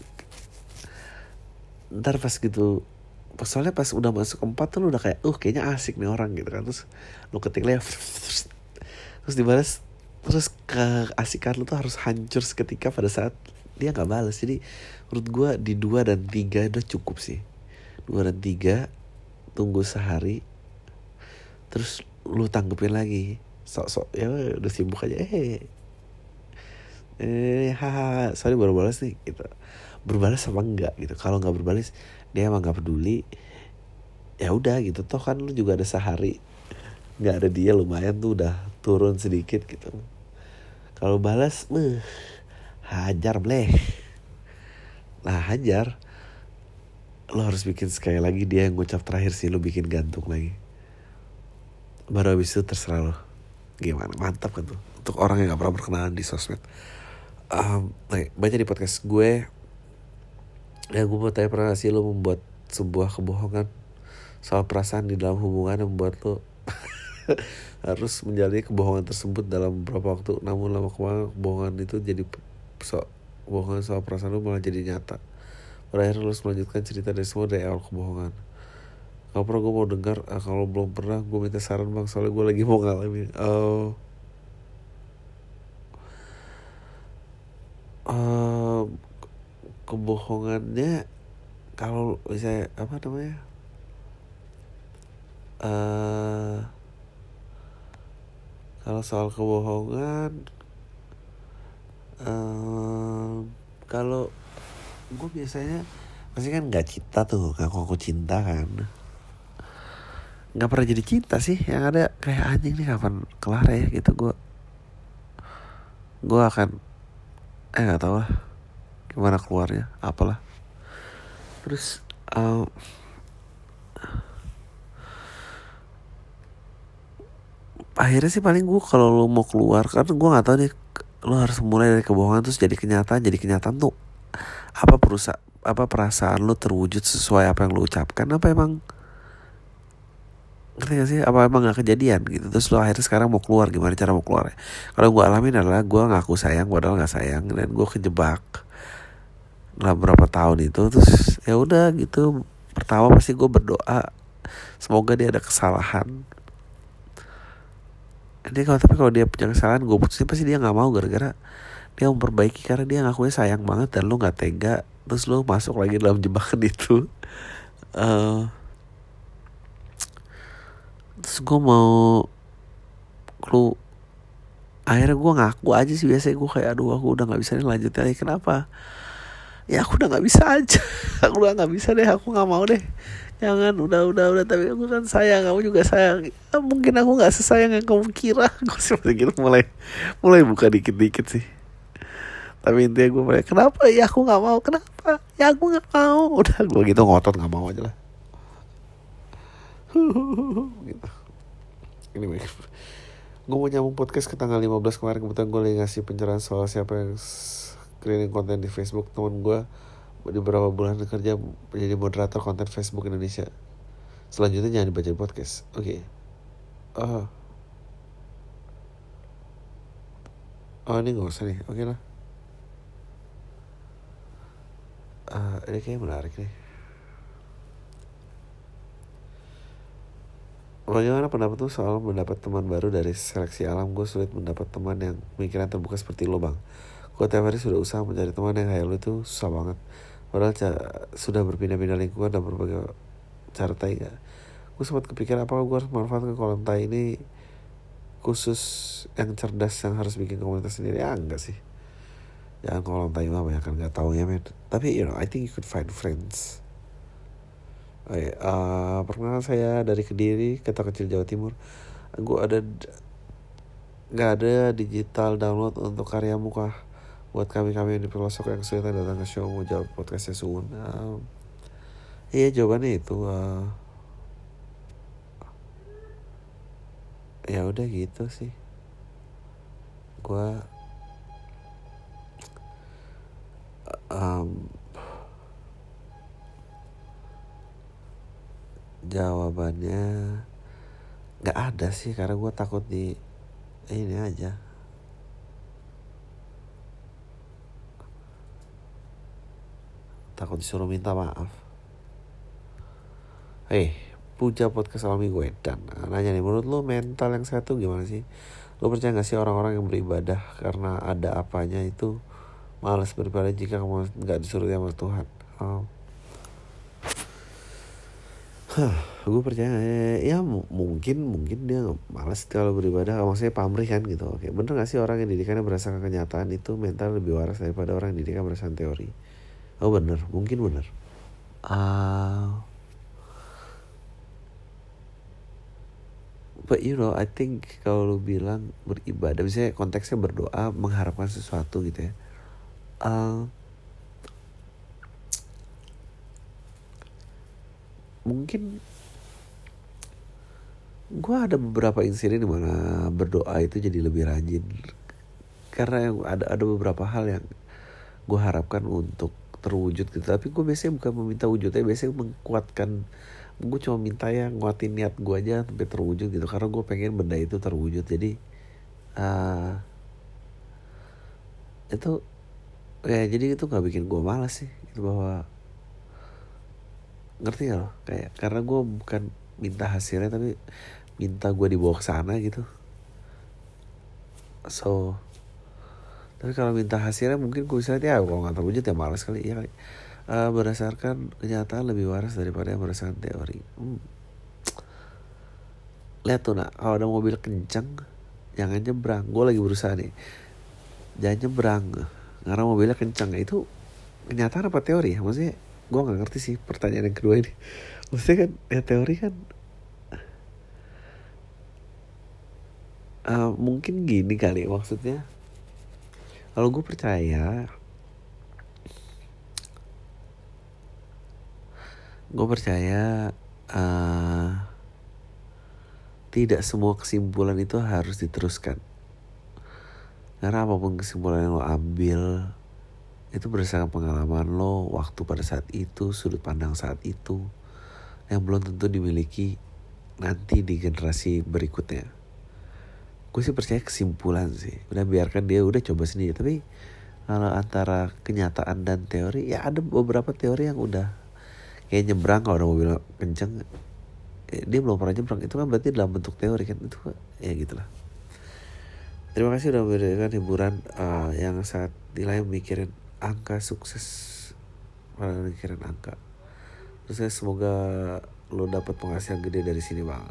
ntar pas gitu, soalnya pas udah masuk empat tuh lu udah kayak, uh kayaknya asik nih orang gitu kan. Terus lu ketik lagi, terus dibalas. Terus keasikan lu tuh harus hancur seketika pada saat dia gak balas. Jadi menurut gue di dua dan tiga udah cukup sih. Dua dan tiga, tunggu sehari, terus lu tanggepin lagi. Sok-sok ya udah sibuk aja. Eh Eh haha sorry baru balas nih gitu. Berbalas apa enggak gitu. Kalau gak berbalas, dia emang gak peduli, ya udah gitu. Toh kan lu juga ada sehari gak ada dia, lumayan tuh udah turun sedikit gitu. Kalau balas, meh, hajar bleh. Nah hajar, lo harus bikin sekali lagi dia yang ngucap terakhir sih. Lo bikin gantung lagi. Baru habis itu terserah lo. Gimana, mantap kan tuh. Untuk orang yang gak pernah berkenalan di sosmed. um, nah, Baca di podcast gue. Ya gue mau tanya, pernah gak sih lo membuat sebuah kebohongan soal perasaan di dalam hubungan yang membuat lo harus menjalani kebohongan tersebut dalam beberapa waktu. Namun lama-kelamaan kebohongan itu jadi so, kebohongan soal perasaan lo malah jadi nyata. Pada akhirnya lo harus melanjutkan cerita dari semua dari awal kebohongan. Kalau pernah gue mau dengar, ah, kalau belum pernah gue minta saran bang, soalnya gue lagi mau ngalamin. Oh, uh, kebohongannya kalau misalnya apa namanya, uh, kalau soal kebohongan, uh, kalau gue biasanya pasti kan nggak cinta tuh, ngaku aku cinta kan. Nggak pernah jadi cinta sih, yang ada kayak anjing nih kapan kelar ya gitu. Gue gue akan eh nggak tahu lah gimana keluarnya, apalah. Terus um, akhirnya sih paling gue kalau lo mau keluar, karena gue nggak tahu nih, lo harus mulai dari kebohongan terus jadi kenyataan. Jadi kenyataan tuh apa, perusahaan apa perasaan lo terwujud sesuai apa yang lo ucapkan, apa emang, ngerti gak sih, apa emang gak kejadian gitu. Terus lo akhirnya sekarang mau keluar, gimana cara mau keluar ya? Kalau gue alamin adalah gue ngaku sayang padahal gak sayang, dan gue kejebak dalam beberapa tahun itu. Terus ya udah gitu, pertama pasti gue berdoa semoga dia ada kesalahan. Dia kalau tapi kalau dia punya kesalahan gue putusin, pasti dia nggak mau, gara-gara dia memperbaiki karena dia ngakunya sayang banget dan lo nggak tega. Terus lo masuk lagi dalam jebakan itu. Uh, terus gue mau lu akhirnya gue ngaku aja sih. Biasanya gue kayak aduh aku udah nggak bisa nih lanjut lagi. Kenapa? Ya aku udah nggak bisa aja. Aku udah nggak bisa deh, aku nggak mau deh, jangan, udah udah udah tapi aku kan sayang, kamu juga sayang. Ya, mungkin aku nggak sesayang yang kamu kira. Gue sih gitu mulai mulai buka dikit dikit sih. Tapi intinya gue mulai, kenapa ya aku nggak mau, kenapa ya aku nggak mau. Udah gue gitu ngotot nggak mau aja lah. Gitu. Ini gue mau nyambung podcast ke tanggal lima belas kemarin. Kebetulan gue lagi ngasih pencerahan soal siapa yang screening konten di Facebook. Temen gue di beberapa bulan kerja menjadi moderator konten Facebook Indonesia. Selanjutnya jangan dibaca di podcast. Oke. Okay. Oh. Oh ini gak usah nih. Oke okay lah. Uh, ini kayaknya menarik nih. Bagaimana pendapatmu soal mendapat teman baru dari seleksi alam? Gue sulit mendapat teman yang pemikiran terbuka seperti lo bang. Gue tiap hari sudah usaha mencari teman yang kayak lo, itu susah banget. Padahal ca- sudah berpindah-pindah lingkungan dan berbagai cara tai gak. Gue sempat kepikiran apakah gue harus manfaatkan kolam tai ini khusus yang cerdas yang harus bikin komunitas sendiri. Ya enggak sih. Jangan kolam tai mah banyak kan gak tau ya men. Tapi you know I think you could find friends. Oke, uh, perkenalkan saya dari Kediri, kota kecil Jawa Timur. Gue ada nggak ada digital download untuk karya muka buat kami-kami yang di pelosok yang kesulitan datang ke show mau jawab podcastnya Suun. Uh, iya jawabannya itu. Uh, ya udah gitu sih. Gue um, jawabannya nggak ada sih, karena gue takut di ini aja, takut disuruh minta maaf. Hei, puja podcast Almi gue dan nanya nih, menurut lo mental yang sehat tuh gimana sih? Lo percaya gak sih orang-orang yang beribadah karena ada apanya itu malas beribadah jika kamu gak disuruh sama Tuhan? Oh. Huh, gue percaya ya m- mungkin mungkin dia malas kalau beribadah, maksudnya pamrih kan gitu. Oke, bener gak sih orang yang didikannya berdasarkan kenyataan itu mental lebih waras daripada orang yang didikan berdasarkan teori? Oh bener, mungkin bener. Ah. But you know, I think kalau lu bilang beribadah, misalnya konteksnya berdoa mengharapkan sesuatu gitu ya. Uh, mungkin gue ada beberapa insiden di mana berdoa itu jadi lebih rajin. Karena ada ada beberapa hal yang gue harapkan untuk terwujud gitu. Tapi gue biasanya bukan meminta wujudnya, biasanya mengkuatkan. Gue cuma minta ya nguatin niat gue aja sampai terwujud gitu, karena gue pengen benda itu terwujud. Jadi uh, itu ya jadi itu nggak bikin gue malas sih gitu, bahwa ngerti gak lo, kayak karena gue bukan minta hasilnya tapi minta gue dibawa ke sana gitu. So tapi kalau minta hasilnya mungkin gue bisa ya kalau nggak terwujud ya malas kali ya kali. Uh, berdasarkan kenyataan lebih waras daripada yang berdasarkan teori. Hmm. Lihat tuh nak, kalau ada mobil kencang jangan nyebrang. Gue lagi berusaha nih, jangan nyebrang karena mobilnya kencang. Itu kenyataan apa teori? Maksudnya gue nggak ngerti sih pertanyaan yang kedua ini. Maksudnya kan ya teori kan uh, mungkin gini kali maksudnya. Kalau gue percaya gue percaya uh, tidak semua kesimpulan itu harus diteruskan. Karena apapun kesimpulan yang lo ambil itu berdasarkan pengalaman lo, waktu pada saat itu, sudut pandang saat itu, yang belum tentu dimiliki nanti di generasi berikutnya. Gue sih percaya kesimpulan sih, udah biarkan dia udah coba sendiri. Tapi kalau antara kenyataan dan teori, ya ada beberapa teori yang udah kayak nyebrang kalau ada mobil kenceng, eh, dia belum pernah nyebrang, itu kan berarti dalam bentuk teori kan, itu ya gitulah. Terima kasih udah memberikan hiburan uh, yang saat nilai mikirin angka sukses pada mikirin angka. Terus saya semoga lo dapat penghasilan gede dari sini bang.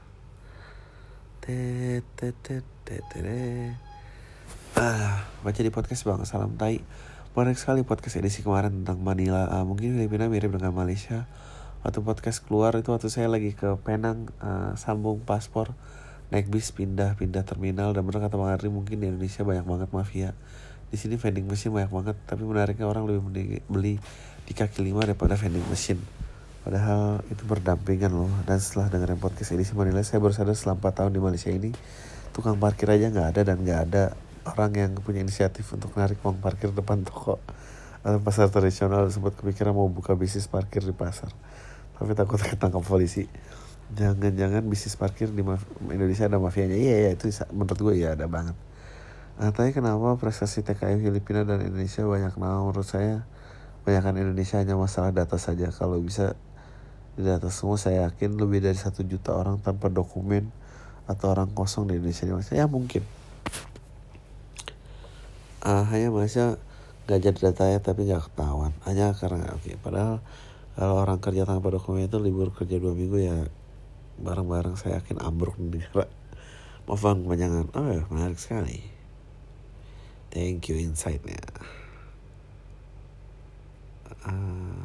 Ah, baca di podcast bang, salam tai. Menarik sekali podcast edisi kemarin tentang Manila. Uh, mungkin Filipina mirip dengan Malaysia. Waktu podcast keluar itu waktu saya lagi ke Penang, uh, sambung paspor, naik bis pindah-pindah terminal. Dan benar kata Bang Ardi, mungkin di Indonesia banyak banget mafia. Di sini vending machine banyak banget, tapi menariknya orang lebih mending beli di kaki lima daripada vending machine. Padahal itu berdampingan loh. Dan setelah dengerin podcast edisi Manila, saya baru sadar setelah empat tahun di Malaysia ini, tukang parkir aja gak ada, dan gak ada orang yang punya inisiatif untuk narik uang parkir depan toko atau pasar tradisional. Sempat kepikiran mau buka bisnis parkir di pasar, tapi takut ketangkap polisi. Jangan-jangan bisnis parkir di maf- Indonesia ada mafianya. Iya ya, itu menurut gue ya ada banget. Nah, tapi kenapa prestasi T K I Filipina dan Indonesia banyak? Nah, menurut saya banyakkan Indonesia hanya masalah data saja. Kalau bisa di data semua, saya yakin lebih dari satu juta orang tanpa dokumen atau orang kosong di Indonesia. Ya mungkin uh, hanya Malaysia gak jadi datanya tapi gak ketahuan, hanya karena oke. Okay. Padahal kalau orang kerja tanpa dokumen itu libur kerja dua minggu ya bareng-bareng saya yakin ambruk di negara. Maaf bang kepanjangan. Oh ya, menarik sekali. Thank you insight-nya. Uh,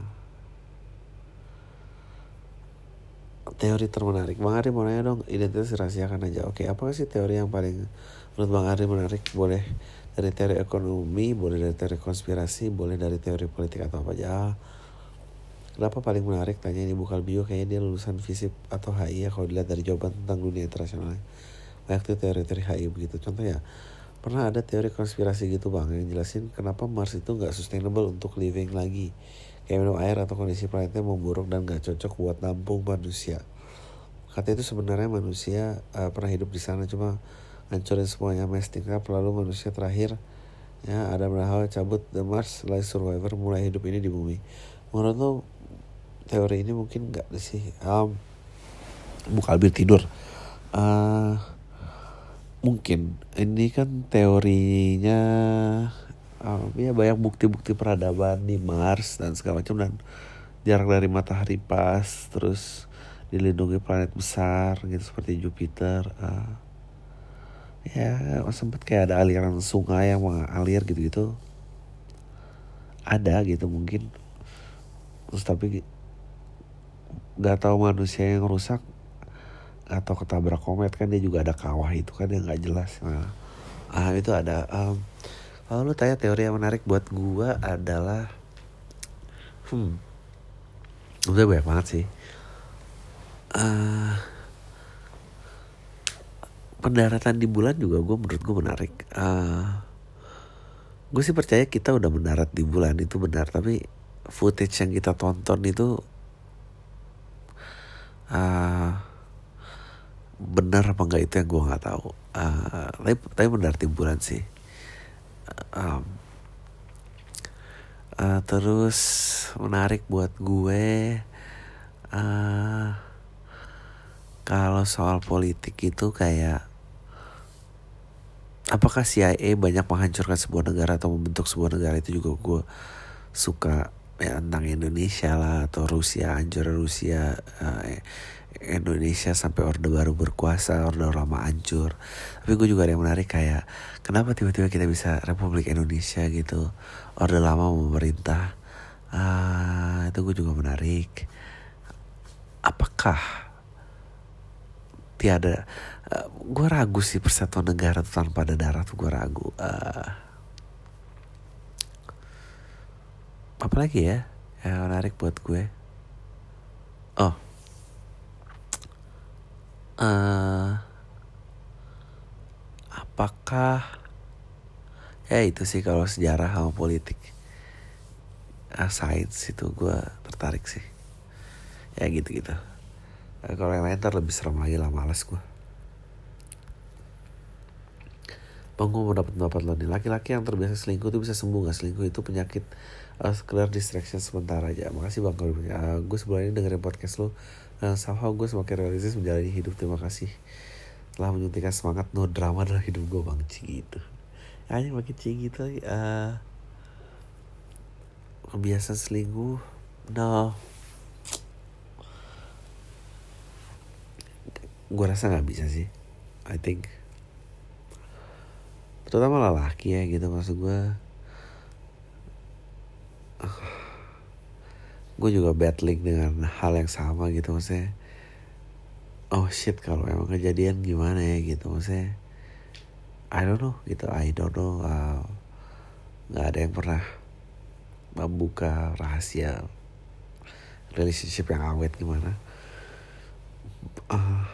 teori termenarik. Bang Ari mau nanya dong, identitas dirahasiakan aja. Oke, apa sih teori yang paling menurut Bang Ari menarik? Boleh dari teori ekonomi, boleh dari teori konspirasi, boleh dari teori politik atau apa aja. Kenapa paling menarik? Tanya ini Bukal Bio, kayaknya dia lulusan FISIP atau H I ya kalau dilihat dari jawaban tentang dunia internasional. banyak tuh teori-teori H I begitu. Contohnya pernah ada teori konspirasi gitu bang yang jelasin kenapa Mars itu nggak sustainable untuk living lagi, kayak minum air atau kondisi planetnya memburuk dan nggak cocok buat nampung manusia. Katanya itu sebenarnya manusia uh, pernah hidup di sana cuma hancurin semuanya mass tingkap, lalu manusia terakhir ya ada berhawa cabut the Mars like survivor mulai hidup ini di bumi. Menurut lo teori ini mungkin nggak sih? Um, buka albir tidur. Uh, mungkin ini kan teorinya um, ya banyak bukti-bukti peradaban di Mars dan segala macam, dan jarak dari matahari pas, terus dilindungi planet besar gitu seperti Jupiter. Uh, ya sempat kayak ada aliran sungai yang mengalir gitu-gitu, ada gitu mungkin. Terus tapi nggak tahu manusia yang rusak atau ketabrak komet, kan dia juga ada kawah itu kan yang nggak jelas. Nah, ah itu ada. Um, kalau lu tanya teori yang menarik buat gua adalah, hmm, udah banyak banget sih. Uh, pendaratan di bulan juga gue menurut gue menarik. Uh, gue sih percaya kita udah mendarat di bulan, itu benar, tapi footage yang kita tonton itu uh, benar apa enggak itu yang gue nggak tahu. Uh, tapi tapi mendarat di bulan sih. Um, uh, terus menarik buat gue. Uh, kalau soal politik itu kayak, apakah C I A banyak menghancurkan sebuah negara atau membentuk sebuah negara, itu juga gue suka ya, tentang Indonesia lah, atau Rusia, hancur Rusia, uh, Indonesia sampai Orde Baru berkuasa, Orde Lama hancur. Tapi gue juga ada yang menarik kayak, kenapa tiba-tiba kita bisa Republik Indonesia gitu, Orde Lama memerintah. Uh, itu gue juga menarik. Apakah tiada, uh, gue ragu sih persatuan negara tuh tanpa ada darah tuh gue ragu. Uh, apalagi ya yang menarik buat gue. Oh, uh, apakah ya itu sih kalau sejarah sama politik, uh, sains itu gue tertarik sih. Ya gitu-gitu. Uh, kalau yang lain ntar lebih serem lagi lah, malas gue. Bang, gue mau dapat pendapat lo nih. Laki-laki yang terbiasa selingkuh itu bisa sembuh gak? Selingkuh itu penyakit, uh, sekedar distraction sementara aja. Makasih bang. Uh, gue sebelum ini dengerin podcast lo, uh, somehow gue semakin realistis menjalani hidup. Terima kasih telah menyuntikkan semangat no drama dalam hidup gue bang. Cing gitu. Hanya makin cing gitu. Uh, kebiasaan selingkuh, no. Gue rasa gak bisa sih. I think terutama lelaki ya gitu, maksud gue. Uh, gue juga battling dengan hal yang sama gitu, maksudnya. Oh shit, kalau emang kejadian gimana ya gitu, maksudnya. I don't know gitu, I don't know. Uh, gak ada yang pernah membuka rahasia relationship yang awet gimana. Uh,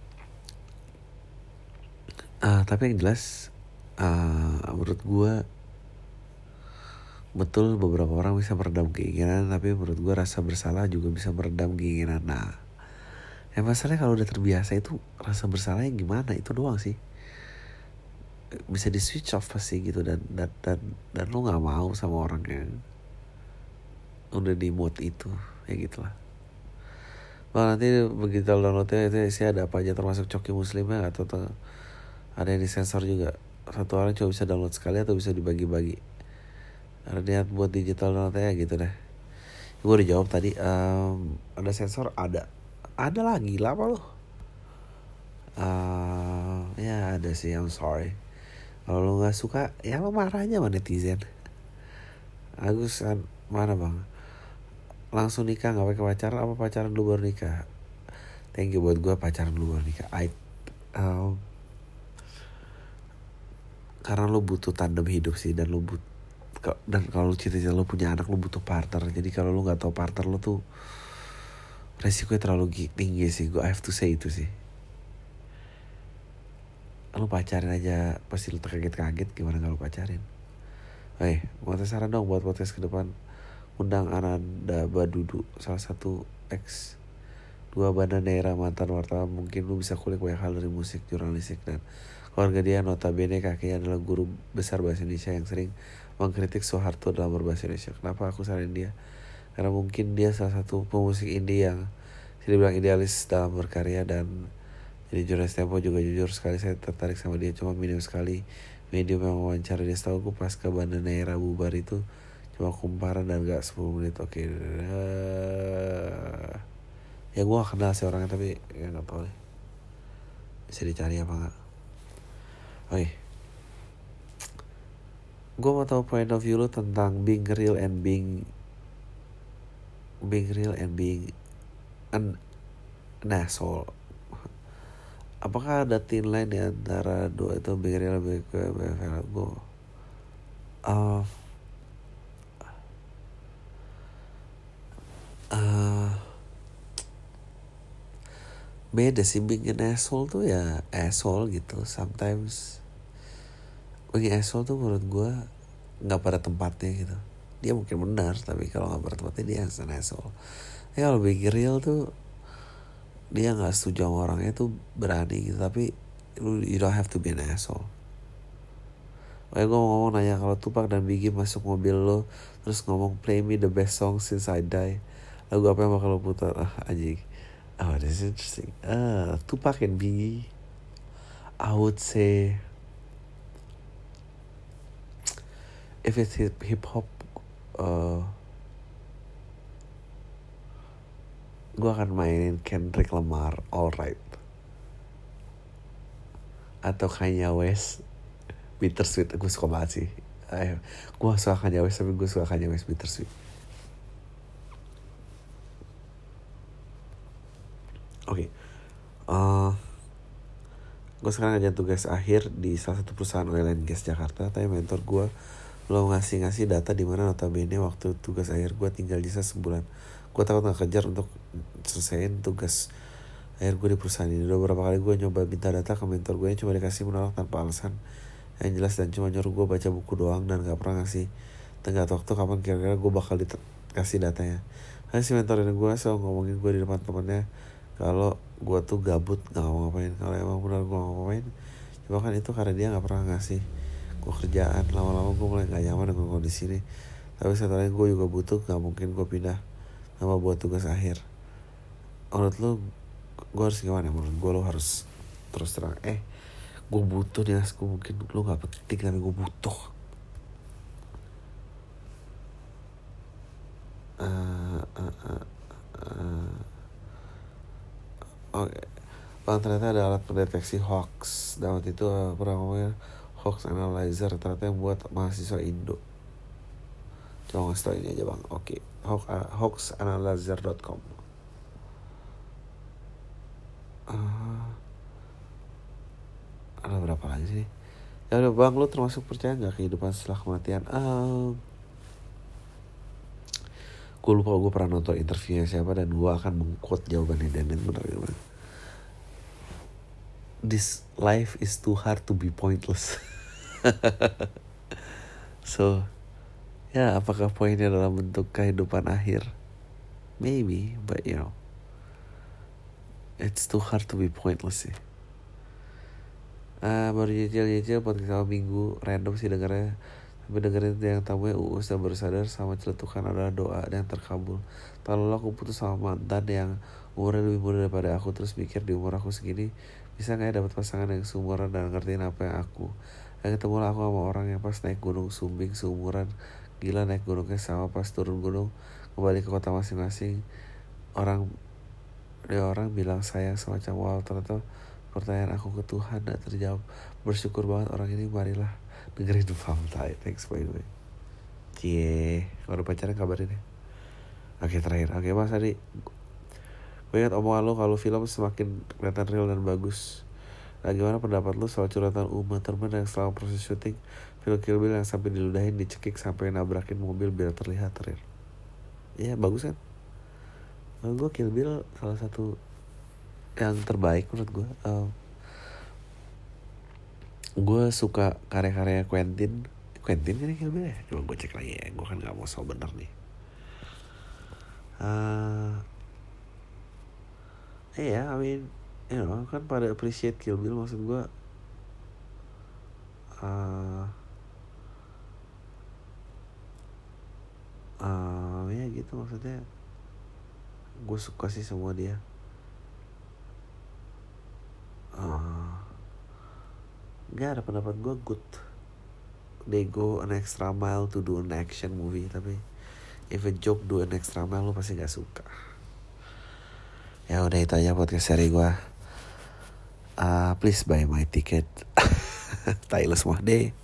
uh, tapi yang jelas, Uh, menurut gue betul beberapa orang bisa meredam keinginan, tapi menurut gue rasa bersalah juga bisa meredam keinginan. Nah, yang masalahnya kalau udah terbiasa itu rasa bersalahnya gimana, itu doang sih. Bisa di switch off pasti gitu, dan dan dan dan lo nggak mau sama orang yang udah di mood itu, ya gitulah. Bang, nanti begitu downloadnya itu isi ada apa aja termasuk coki muslimnya atau tuh ada yang disensor juga? Satu orang cuma bisa download sekali atau bisa dibagi-bagi? Ada niat buat digital downloadnya gitu deh. Gue udah jawab tadi. Um, ada sensor, ada. Ada lagi lah apa lo? Uh, ya ada sih, I'm sorry. Kalau lo nggak suka, ya lo marah aja sama netizen. Agus kan mana bang? Langsung nikah nggak pakai pacaran, apa pacaran dulu baru nikah? Thank you buat gue, pacaran dulu baru nikah. I um, karena lo butuh tandem hidup sih, dan lo but dan kalau lo cita-cita lo punya anak, lo butuh partner. Jadi kalau lo nggak tahu partner lo tuh resikonya terlalu tinggi sih. Gue I have to say itu sih. Lu pacarin aja pasti lu terkaget-kaget, gimana kalau pacarin. Eh, mau saran dong buat podcast ke depan. Undang Ananda Badudu, salah satu ex dua Bandanera mantan wartawan. Mungkin lu bisa kulik banyak hal dari musik, jurnalistik, dan keluarga dia. Notabene kakeknya adalah guru besar bahasa Indonesia yang sering mengkritik Soeharto dalam berbahasa Indonesia. Kenapa aku saranin dia? Karena mungkin dia salah satu pemusik indie yang bisa dibilang idealis dalam berkarya, dan jadi jurnalis Tempo juga jujur sekali saya tertarik sama dia. Cuma minim sekali medium yang wawancara dia. Setahu gue pas ke Bandanera bubar itu cuma kumparan dan gak sepuluh menit. Oke, uh, ya gue gak kenal sih orangnya, tapi ya gak tau deh bisa dicari apa gak. Oke, gue mau tahu point of view lu tentang being real and being being real and being an, an asshole. Apakah ada thin line di antara dua itu, being real dan being gue? Uh, uh, beda sih. Being an asshole tuh ya asshole gitu. Sometimes being asshole tuh menurut gue nggak pada tempatnya gitu. Dia mungkin benar, tapi kalau nggak pada tempatnya dia an asshole. Ya kalau being real tuh dia nggak setuju sama orangnya tuh berani gitu, tapi lu you don't have to be an asshole. Kayak gue mau ngomong nanya, kalau Tupac dan Biggie masuk mobil lo terus ngomong play me the best song since I die, lagu apa yang bakal lo putar? Ah anjing, oh this is interesting. Ah Tupac and Biggie, I would say if it's hip hop, uh, gue akan mainin Kendrick Lamar, Alright, atau Kanye West, Bittersweet. Gue suka banget sih. Ayo, gue suka Kanye West, tapi gue suka Kanye West Bittersweet. Oke, okay. uh, gue sekarang ngajarin tugas akhir di salah satu perusahaan oil and gas Jakarta. Tapi mentor gue belum ngasih-ngasih data di mana notabene waktu tugas akhir gue tinggal sisa sebulan. Gue takut gak kejar untuk selesaiin tugas akhir gue di perusahaan ini. Udah beberapa kali gue nyoba minta data ke mentor gue yang cuma dikasih menolak tanpa alasan yang jelas, dan cuma nyuruh gue baca buku doang dan gak pernah ngasih tenggat waktu kapan kira-kira gue bakal dikasih datanya. Karena si mentor ini gue selalu ngomongin gue di depan temennya kalau gue tuh gabut gak mau ngapain. Kalau emang benar gue gak mau ngapain, cuma kan itu karena dia gak pernah ngasih gue kerjaan. Lama-lama gue mulai gak nyaman dengan kondisi ini. Tapi setelahnya gue juga butuh, gak mungkin gue pindah nama buat tugas akhir. Menurut lu gue harus gimana? Menurut gue lo harus terus terang, eh gue butuh nih Nas, gue mungkin lo gak penting tapi gue butuh. uh, uh, uh, uh. Oke okay. Bang, ternyata ada alat pendeteksi hoax. Dan waktu itu uh, pernah ngomongin hoax analyzer, ternyata yang buat mahasiswa Indo. Coba ngasih tau ini aja bang. Oke, okay. hoax, uh, hoax analyzer dot com. uh, Ada berapa lagi sih? Ya udah bang, lu termasuk percaya gak kehidupan setelah kematian? Uh, gue lupa gue pernah nonton interviewnya siapa, dan gue akan meng-quote jawabannya dan benar gimana. This life is too hard to be pointless. So ya, apakah poinnya dalam bentuk kehidupan akhir? Maybe, but you know, it's too hard to be pointless sih. Uh, baru nyicil-nyicil podcast awal minggu, random sih dengarnya. Tapi dengerin yang tamunya Uus dan baru sadar sama celetukan adalah doa yang terkabul. Tahun lalu aku putus sama mantan yang umurnya lebih muda daripada aku. Terus mikir di umur aku segini bisa gak ya dapat pasangan yang seumuran dan ngertiin apa yang aku. Dan ketemulah aku sama orang yang pas naik gunung Sumbing seumuran. Gila, naik gunungnya sama, pas turun gunung kembali ke kota masing-masing. Orang dia orang bilang sayang semacam wow. Ternyata pertanyaan aku ke Tuhan gak terjawab. Bersyukur banget orang ini. Marilah dengerin Famtai. Thanks by the way. Cie, kalau pacaran kabarin ya. Oke, terakhir. Oke mas Adi, gue ingat omongan lo kalau film semakin kelihatan real dan bagus. Nah, gimana pendapat lo soal curhatan Uma Thurman yang selama proses syuting film Kill Bill yang sampai diludahin, dicekik sampai nabrakin mobil biar terlihat real? Iya bagus kan? Menurut gue Kill Bill salah satu yang terbaik menurut gue. Um, gue suka karya-karya Quentin. Quentin kan Kill Bill ya? Coba gue cek lagi ya, gue kan gak mau so bener nih. uh, Iya, yeah, I mean, you know, kan pada appreciate Kill Bill. Maksud gue uh, uh, ya gitu maksudnya. Gue suka sih semua dia. uh, Gak ada pendapat gue good. They go an extra mile to do an action movie. Tapi if a joke do an extra mile, lo pasti gak suka. Ya udah, itu aja podcast seri gue. uh, Please buy my ticket. Tai lu semua deh.